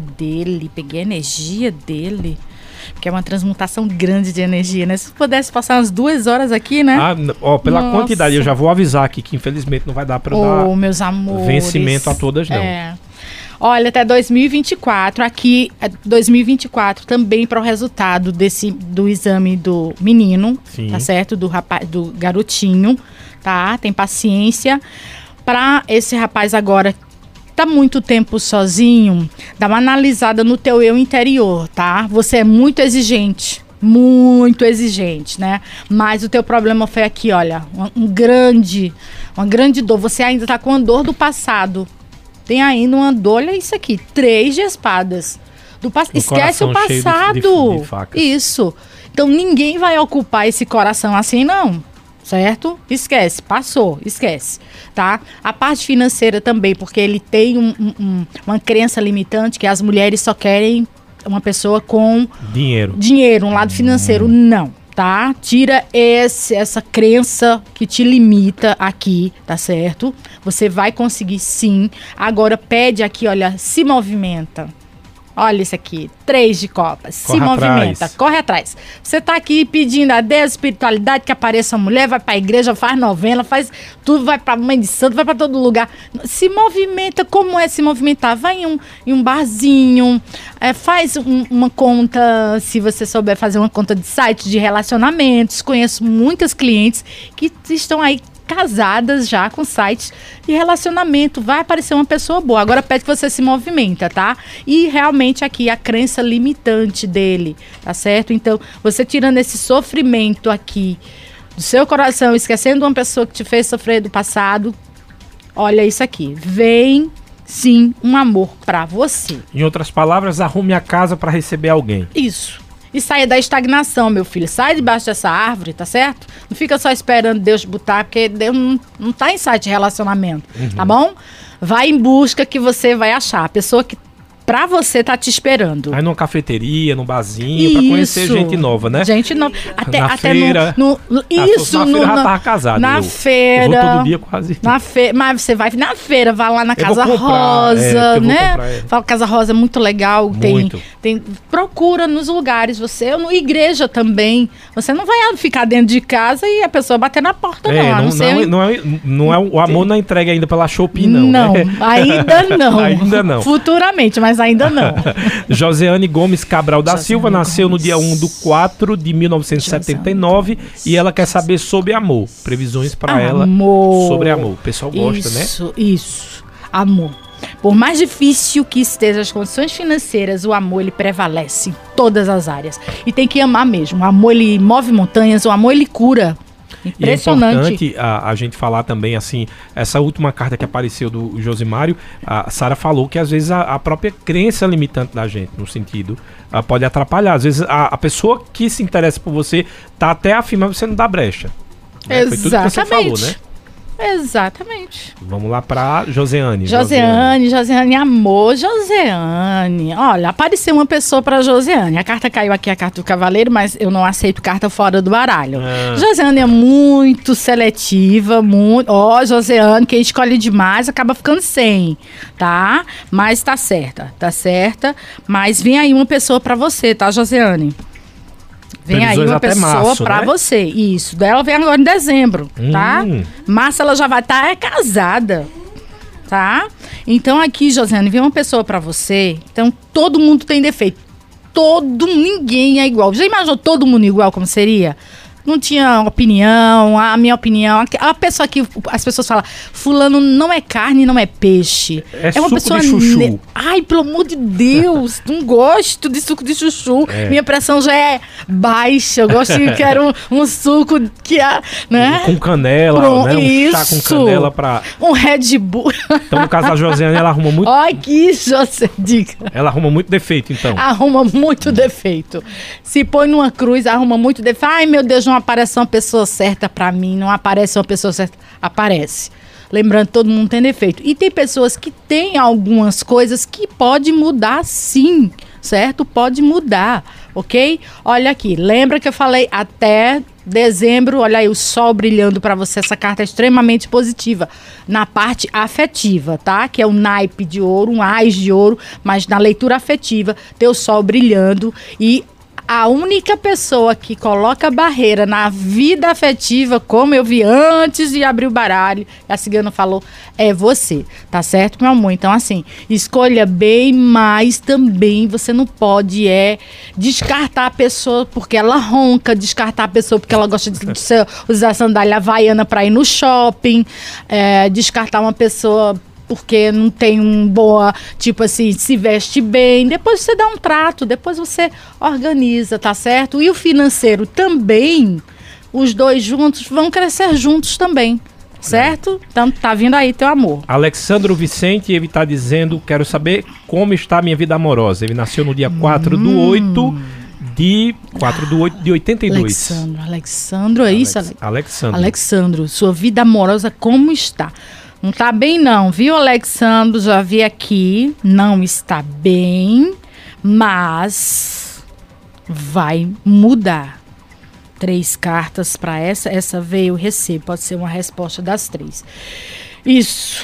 dele. Porque é uma transmutação grande de energia, né? Se pudesse passar umas 2 horas aqui, né? Pela quantidade, eu já vou avisar aqui que infelizmente não vai dar para dar meus amores, vencimento a todas, não. Olha, até 2024, aqui, 2024 também para o resultado do exame do menino, tá certo? Do garotinho, tá? Tem paciência. Para esse rapaz agora tá muito tempo sozinho, dá uma analisada no teu eu interior, tá? Você é muito exigente, né? Mas o teu problema foi aqui, olha, uma grande dor. Você ainda tá com a dor do passado. Tem ainda uma dor, olha isso aqui, 3 de espadas. Esquece o passado. De facas. Isso. Então ninguém vai ocupar esse coração assim, não. Certo? Esquece, passou, esquece, tá? A parte financeira também, porque ele tem uma crença limitante que as mulheres só querem uma pessoa com dinheiro, um lado financeiro, não, tá? Tira essa crença que te limita aqui, tá certo? Você vai conseguir sim. Agora pede aqui, olha, se movimenta. Olha isso aqui, 3 de copas, movimenta, corre atrás. Você tá aqui pedindo a Deus, espiritualidade, que apareça uma mulher, vai pra igreja, faz novena, faz tudo, vai pra mãe de santo, vai pra todo lugar. Se movimenta, como é se movimentar? Vai em um barzinho, faz uma conta, se você souber fazer uma conta de site de relacionamentos. Conheço muitas clientes que estão aí casadas já com sites de relacionamento. Vai aparecer uma pessoa boa. Agora pede que você se movimenta, tá? E realmente aqui a crença limitante dele, tá certo? Então, você tirando esse sofrimento aqui do seu coração, esquecendo uma pessoa que te fez sofrer do passado, olha isso aqui. Vem sim um amor pra você. Em outras palavras, arrume a casa para receber alguém. Isso. E saia da estagnação, meu filho. Sai debaixo dessa árvore, tá certo? Não fica só esperando Deus botar, porque Deus não tá em site de relacionamento, tá bom? Vai em busca que você vai achar. A pessoa que pra você tá te esperando. Aí numa cafeteria, num barzinho, pra conhecer gente nova, né? Gente nova. Na feira. Isso, na feira já tava casado. Na feira. Eu vou todo dia quase. Na feira. Mas você vai na feira, vai lá na Eu Casa vou comprar, Rosa, né? comprar. Fala, Casa Rosa é muito legal. Muito. Procura nos lugares. Você, no igreja também. Você não vai ficar dentro de casa e a pessoa bater na porta, Não é o amor na entrega ainda pela Shopee, não. Não, né? ainda não. Ainda não. Futuramente, mas ainda não. Joseane Gomes Cabral da Silva nasceu no dia 1/4 de 1979 e ela quer saber sobre amor. Previsões para ela sobre amor. O pessoal gosta, né? Isso. Amor. Por mais difícil que estejam as condições financeiras, o amor ele prevalece em todas as áreas. E tem que amar mesmo. O amor ele move montanhas, o amor ele cura. Impressionante. E é importante a gente falar também, assim, essa última carta que apareceu do Josimário, a Sara falou que às vezes a própria crença limitante da gente, no sentido, pode atrapalhar. Às vezes a pessoa que se interessa por você tá até afirmando que você não dá brecha. Né? Foi tudo que você falou, né? Exatamente. Vamos lá pra Joseane, amor, Joseane. Olha, apareceu uma pessoa pra Joseane. A carta caiu aqui, a carta do cavaleiro, mas eu não aceito carta fora do baralho. Joseane é muito seletiva, muito... Joseane, quem escolhe demais acaba ficando sem, tá? Mas tá certa. Mas vem aí uma pessoa pra você, tá, Joseane? Vem aí uma pessoa pra você. Isso. Dela vem agora em dezembro, tá? Março ela já vai estar casada, tá? Então aqui, Josiane, vem uma pessoa pra você. Então todo mundo tem defeito. Ninguém é igual. Já imaginou todo mundo igual como seria? Não tinha opinião, a minha opinião. A pessoa que as pessoas falam, fulano não é carne, não é peixe. É uma pessoa de chuchu. Ai, pelo amor de Deus, não gosto de suco de chuchu. Minha pressão já é baixa. Eu gosto de quero um suco que né? Com canela, né? Um chá com canela pra... Um Red Bull. Então, no caso da Josiane, ela arruma muito... Olha que José, diga. Ela arruma muito defeito, então. Arruma muito defeito. Se põe numa cruz, arruma muito defeito. Ai, meu Deus, não aparece uma pessoa certa pra mim, não aparece uma pessoa certa. Aparece. Lembrando, todo mundo tem defeito. E tem pessoas que têm algumas coisas que pode mudar sim, certo? Pode mudar, ok? Olha aqui, lembra que eu falei até dezembro, olha aí o sol brilhando pra você, essa carta é extremamente positiva na parte afetiva, tá? Que é o naipe de ouro, um ás de ouro, mas na leitura afetiva, tem o sol brilhando e a única pessoa que coloca barreira na vida afetiva, como eu vi antes de abrir o baralho, a cigana falou, é você, tá certo, meu amor? Então, assim, escolha bem, mas também você não pode descartar a pessoa porque ela ronca, descartar a pessoa porque ela gosta de usar sandália havaiana pra ir no shopping, descartar uma pessoa porque não tem boa, tipo assim, se veste bem. Depois você dá um trato, depois você organiza, tá certo? E o financeiro também, os dois juntos vão crescer juntos também, certo? Então tá vindo aí teu amor. Alexandro Vicente, ele tá dizendo, quero saber como está a minha vida amorosa. Ele nasceu no dia 4/8 de 82. Alexandro, é isso? Alexandro, sua vida amorosa como está? Não tá bem não, viu, Alexandro? Já vi aqui, não está bem, mas vai mudar. 3 cartas para essa veio, recebo, pode ser uma resposta das 3. Isso.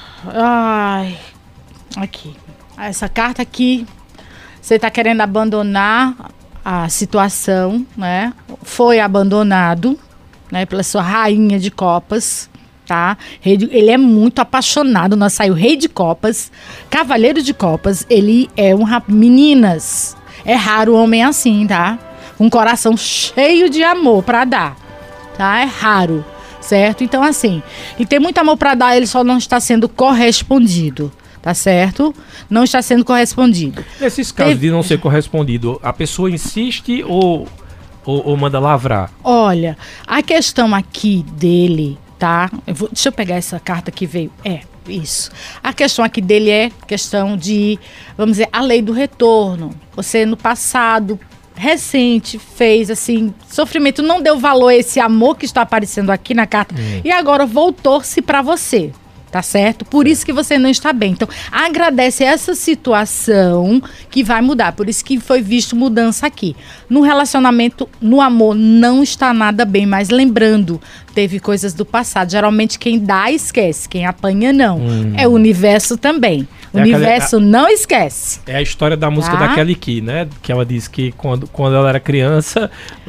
Ai, aqui. Essa carta aqui, você tá querendo abandonar a situação, né? Foi abandonado, né, pela sua rainha de copas. Tá? Ele é muito apaixonado, nós saiu Rei de Copas, Cavaleiro de Copas, ele é meninas, é raro o homem assim, tá? Um coração cheio de amor pra dar, tá? É raro. certo? Então, assim, ele tem muito amor para dar, ele só não está sendo correspondido, tá certo? Não está sendo correspondido. Nesses casos de não ser correspondido, a pessoa insiste ou manda lavrar? Olha, a questão aqui dele, tá? Deixa eu pegar essa carta que veio. Isso. A questão aqui dele é questão de, vamos dizer, a lei do retorno. Você no passado recente fez assim, sofrimento, não deu valor a esse amor que está aparecendo aqui na carta e agora voltou-se para você. Tá certo? Por isso que você não está bem. Então, agradece essa situação que vai mudar. Por isso que foi visto mudança aqui. No relacionamento, no amor, não está nada bem. Mas lembrando, teve coisas do passado. Geralmente, quem dá, esquece. Quem apanha, não. É o universo também. O universo não esquece. É a história da música da Kelly Key, né? Que ela disse que quando ela era criança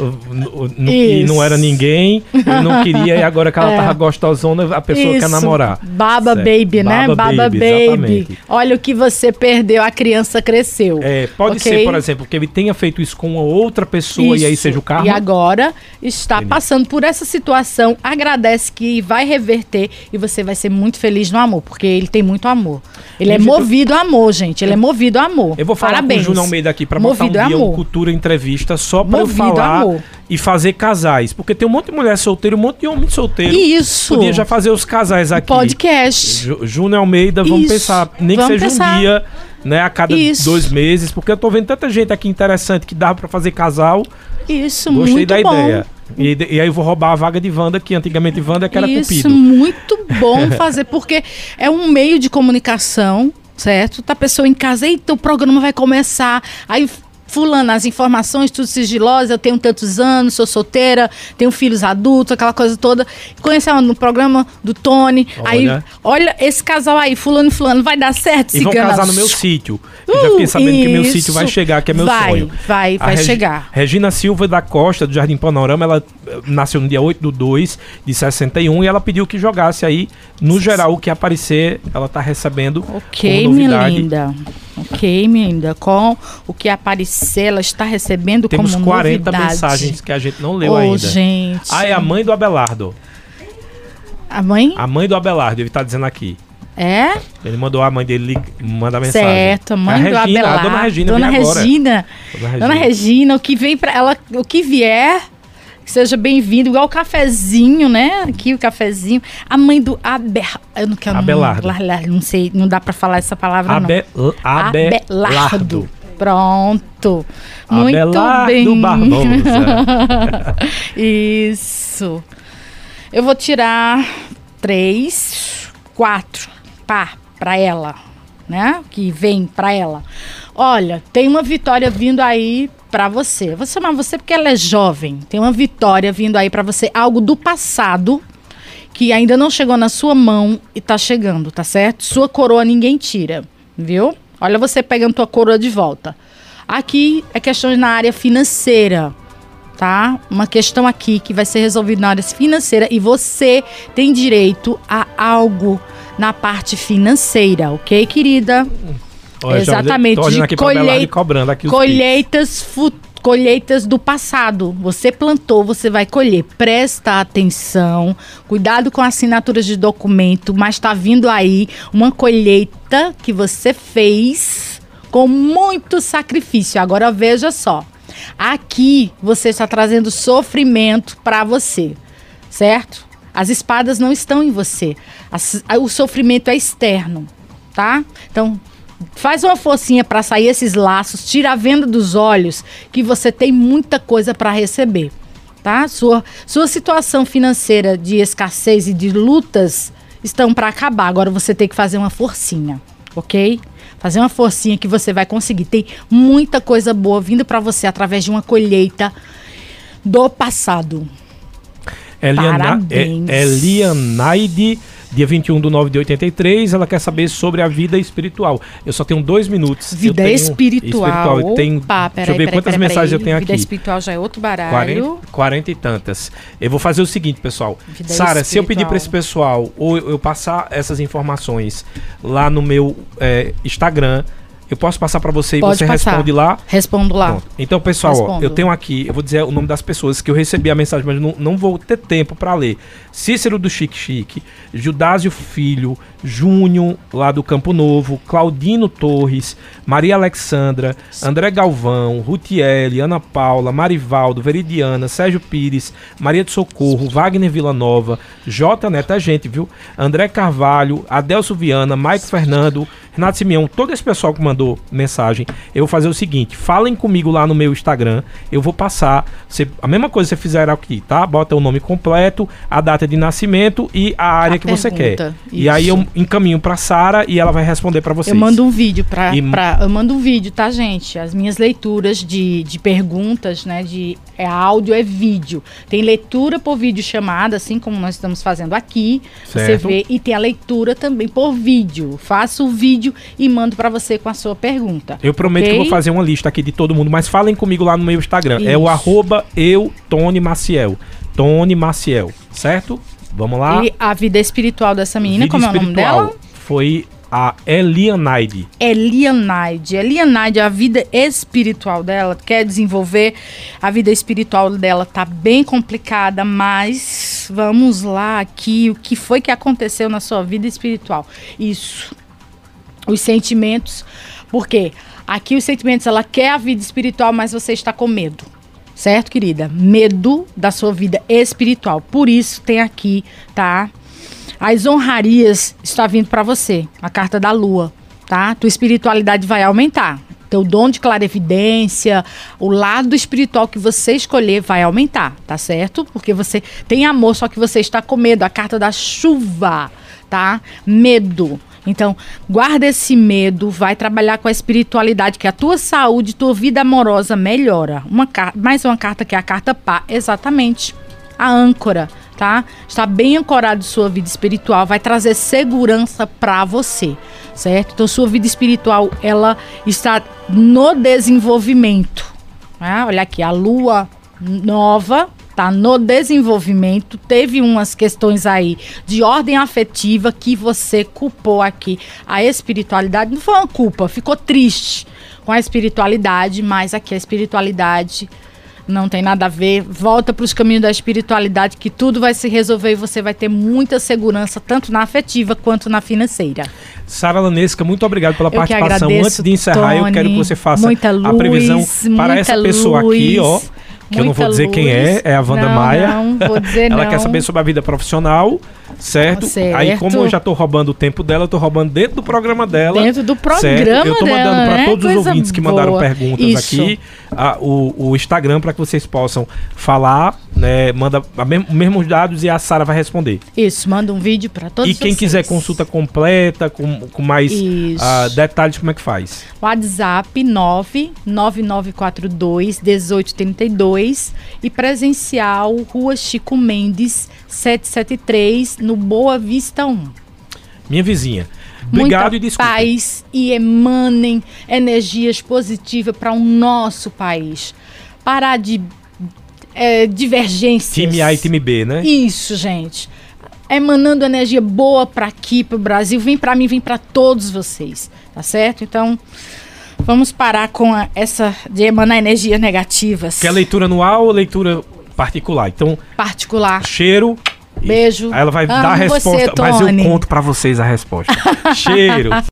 e não era ninguém, ele não queria, e agora que ela tava gostosona, a pessoa quer namorar. Baba Baby, né? Baba Baby. Exatamente. Olha o que você perdeu, a criança cresceu. Pode ser, por exemplo, que ele tenha feito isso com uma outra pessoa e aí seja o karma. E agora está passando por essa situação, agradece que vai reverter e você vai ser muito feliz no amor, porque ele tem muito amor. Ele é movido a amor, gente. Ele é movido a amor. Eu vou falar com o Júnior Almeida aqui pra botar um dia um Cultura Entrevista só pra eu falar e fazer casais. Porque tem um monte de mulher solteira, um monte de homem solteiro. Isso. Podia já fazer os casais aqui. Podcast. Júnior Almeida, vamos pensar. Nem que seja um dia, né? A cada 2 meses. Porque eu tô vendo tanta gente aqui interessante que dá pra fazer casal. Isso, Gostei da ideia. E aí eu vou roubar a vaga de Wanda, que antigamente Wanda que era Cupido. Isso, muito bom fazer, porque é um meio de comunicação, certo? Tá a pessoa em casa, eita, o programa vai começar, aí fulano, as informações, tudo sigilosa, eu tenho tantos anos, sou solteira, tenho filhos adultos, aquela coisa toda. Conheci no programa do Tony, aí, olha, esse casal aí, fulano e fulano, vai dar certo, e vão casar no meu sítio. Eu já fiquei sabendo que meu sítio vai chegar, que é meu sonho. Vai chegar. Regina Silva da Costa, do Jardim Panorama, ela nasceu no dia 8/2/61 e ela pediu que jogasse aí, no geral, o que aparecer, ela tá recebendo como novidade. Minha linda. Ok, minha linda. Com o que aparecer, ela está recebendo como novidade. Temos 40 mensagens que a gente não leu ainda. Gente. É a mãe do Abelardo. A mãe? A mãe do Abelardo, ele tá dizendo aqui. É? Ele mandou a mãe dele mandar mensagem. Certo, a mãe do Abelardo. A Dona Regina. Dona Regina, o que vem para ela, o que vier, seja bem-vindo, igual o cafezinho, né? Aqui o cafezinho. A mãe do eu não quero Abelardo. Não sei, não dá pra falar essa palavra não. Abelardo. Pronto. Muito Abelardo bem. Barbosa. Isso. Eu vou tirar 3, 4 pra ela, né? Que vem pra ela. Olha, tem uma vitória vindo aí pra você. Vou chamar você porque ela é jovem. Tem uma vitória vindo aí pra você. Algo do passado que ainda não chegou na sua mão e tá chegando, tá certo? Sua coroa ninguém tira, viu? Olha você pegando tua coroa de volta. Aqui é questão na área financeira, tá? Uma questão aqui que vai ser resolvida na área financeira e você tem direito a algo na parte financeira, ok, querida? Olha, exatamente, de cobrando aqui os colheitas do passado. Você plantou, você vai colher. Presta atenção, cuidado com assinaturas de documento, mas está vindo aí uma colheita que você fez com muito sacrifício. Agora veja só, aqui você está trazendo sofrimento para você, certo? As espadas não estão em você, o sofrimento é externo, tá? Então faz uma forcinha para sair esses laços, tira a venda dos olhos, que você tem muita coisa para receber, tá? Sua situação financeira de escassez e de lutas estão para acabar. Agora você tem que fazer uma forcinha, ok? Fazer uma forcinha que você vai conseguir. Tem muita coisa boa vindo para você através de uma colheita do passado. Parabéns. Elianaide, dia 21/9/83, ela quer saber sobre a vida espiritual. Eu só tenho 2 minutos. Vida espiritual. Opa, deixa eu ver quantas mensagens eu tenho aqui. Vida espiritual já é outro baralho. 40 e tantas. Eu vou fazer o seguinte, pessoal. Sara, se eu pedir para esse pessoal, ou eu passar essas informações lá no meu Instagram, Eu posso passar para você Pode e você passar. responde lá? Respondo lá. Pronto. Então, pessoal, ó, Respondo. eu tenho aqui, eu vou dizer o nome das pessoas que eu recebi a mensagem, mas não vou ter tempo para ler. Cícero do Chique Chique, Judásio Filho, Júnior, lá do Campo Novo, Claudino Torres, Maria Alexandra, André Galvão, Rutiele, Ana Paula, Marivaldo, Veridiana, Sérgio Pires, Maria de Socorro, Wagner Villanova, J Neto, é gente, viu? André Carvalho, Adelso Viana, Mike Fernando, Renato Simeão, todo esse pessoal que mandou mensagem, eu vou fazer o seguinte, falem comigo lá no meu Instagram, eu vou passar, a mesma coisa que você fizer aqui, tá? Bota o nome completo, a data de nascimento e a área que você quer. pergunta, E aí isso. eu encaminho pra Sara e ela vai responder pra vocês. Eu mando um vídeo eu mando um vídeo, tá, gente? As minhas leituras de perguntas, né? É áudio, é vídeo. Tem leitura por vídeo chamada, assim como nós estamos fazendo aqui. Você Certo. vê. E tem a leitura também por vídeo. Faço o vídeo e mando pra você com a sua pergunta. Eu prometo ok? que eu vou fazer uma lista aqui de todo mundo, mas falem comigo lá no meu Instagram. É o Isso. Tony Maciel. Tony Maciel, certo? Vamos lá. E a vida espiritual dessa menina, Vida como é o nome espiritual dela? Foi a Elianaide. Elianaide. Elianaide, a vida espiritual dela, quer desenvolver. A vida espiritual dela tá bem complicada, mas vamos lá aqui. O que foi que aconteceu na sua vida espiritual? Isso. Os sentimentos. Por quê? Aqui os sentimentos, ela quer a vida espiritual, mas você está com medo. Certo, querida? Medo da sua vida espiritual. Por isso tem aqui, tá? As honrarias está vindo para você, a carta da lua, tá? Tua espiritualidade vai aumentar. Teu dom de clarevidência, o lado espiritual que você escolher vai aumentar, tá certo? Porque você tem amor, só que você está com medo. A carta da chuva, tá? Medo. Então, guarda esse medo, vai trabalhar com a espiritualidade, que a tua saúde, tua vida amorosa melhora. Mais uma carta que é a carta pá, exatamente. A âncora, tá? Está bem ancorado sua vida espiritual, vai trazer segurança para você, certo? Então, sua vida espiritual, ela está no desenvolvimento. Né? Olha aqui, a lua nova tá no desenvolvimento. Teve umas questões aí de ordem afetiva que você culpou aqui a espiritualidade. Não foi uma culpa, ficou triste com a espiritualidade, mas aqui a espiritualidade não tem nada a ver. Volta para os caminhos da espiritualidade, que tudo vai se resolver e você vai ter muita segurança, tanto na afetiva quanto na financeira. Sara Lanesca, muito obrigado pela Eu que participação. agradeço, Antes de encerrar, eu quero que você faça muita a luz, previsão para essa pessoa aqui, ó. Que eu não vou dizer quem é a Wanda Maia. Não, vou dizer Ela não. quer saber sobre a vida profissional, certo? Certo. Aí, como eu já tô roubando o tempo dela, eu tô roubando dentro do programa dela. Dentro do programa certo? Eu tô mandando dela, para né? todos os Coisa ouvintes que mandaram boa. perguntas Isso. aqui, o Instagram, para que vocês possam falar, né? Manda os mesmos dados e a Sara vai responder. Isso, manda um vídeo para todos E quem vocês. quiser consulta completa, com mais Isso. detalhes, como é que faz? WhatsApp 99942-1832 e presencial Rua Chico Mendes 773 no Boa Vista 1. Minha vizinha. Obrigado Muita e desculpa. paz e emanem energias positivas para o nosso país. Parar de divergências. Time A e time B, né? Isso, gente. Emanando energia boa para aqui, para o Brasil. Vem para mim, vem para todos vocês. Tá certo? Então, vamos parar com essa de emanar energias negativas. Quer leitura anual ou leitura particular? Então, Particular. cheiro. Beijo. Aí ela vai Amo dar a você, resposta, mas eu Tony. conto pra vocês a resposta. Cheiro.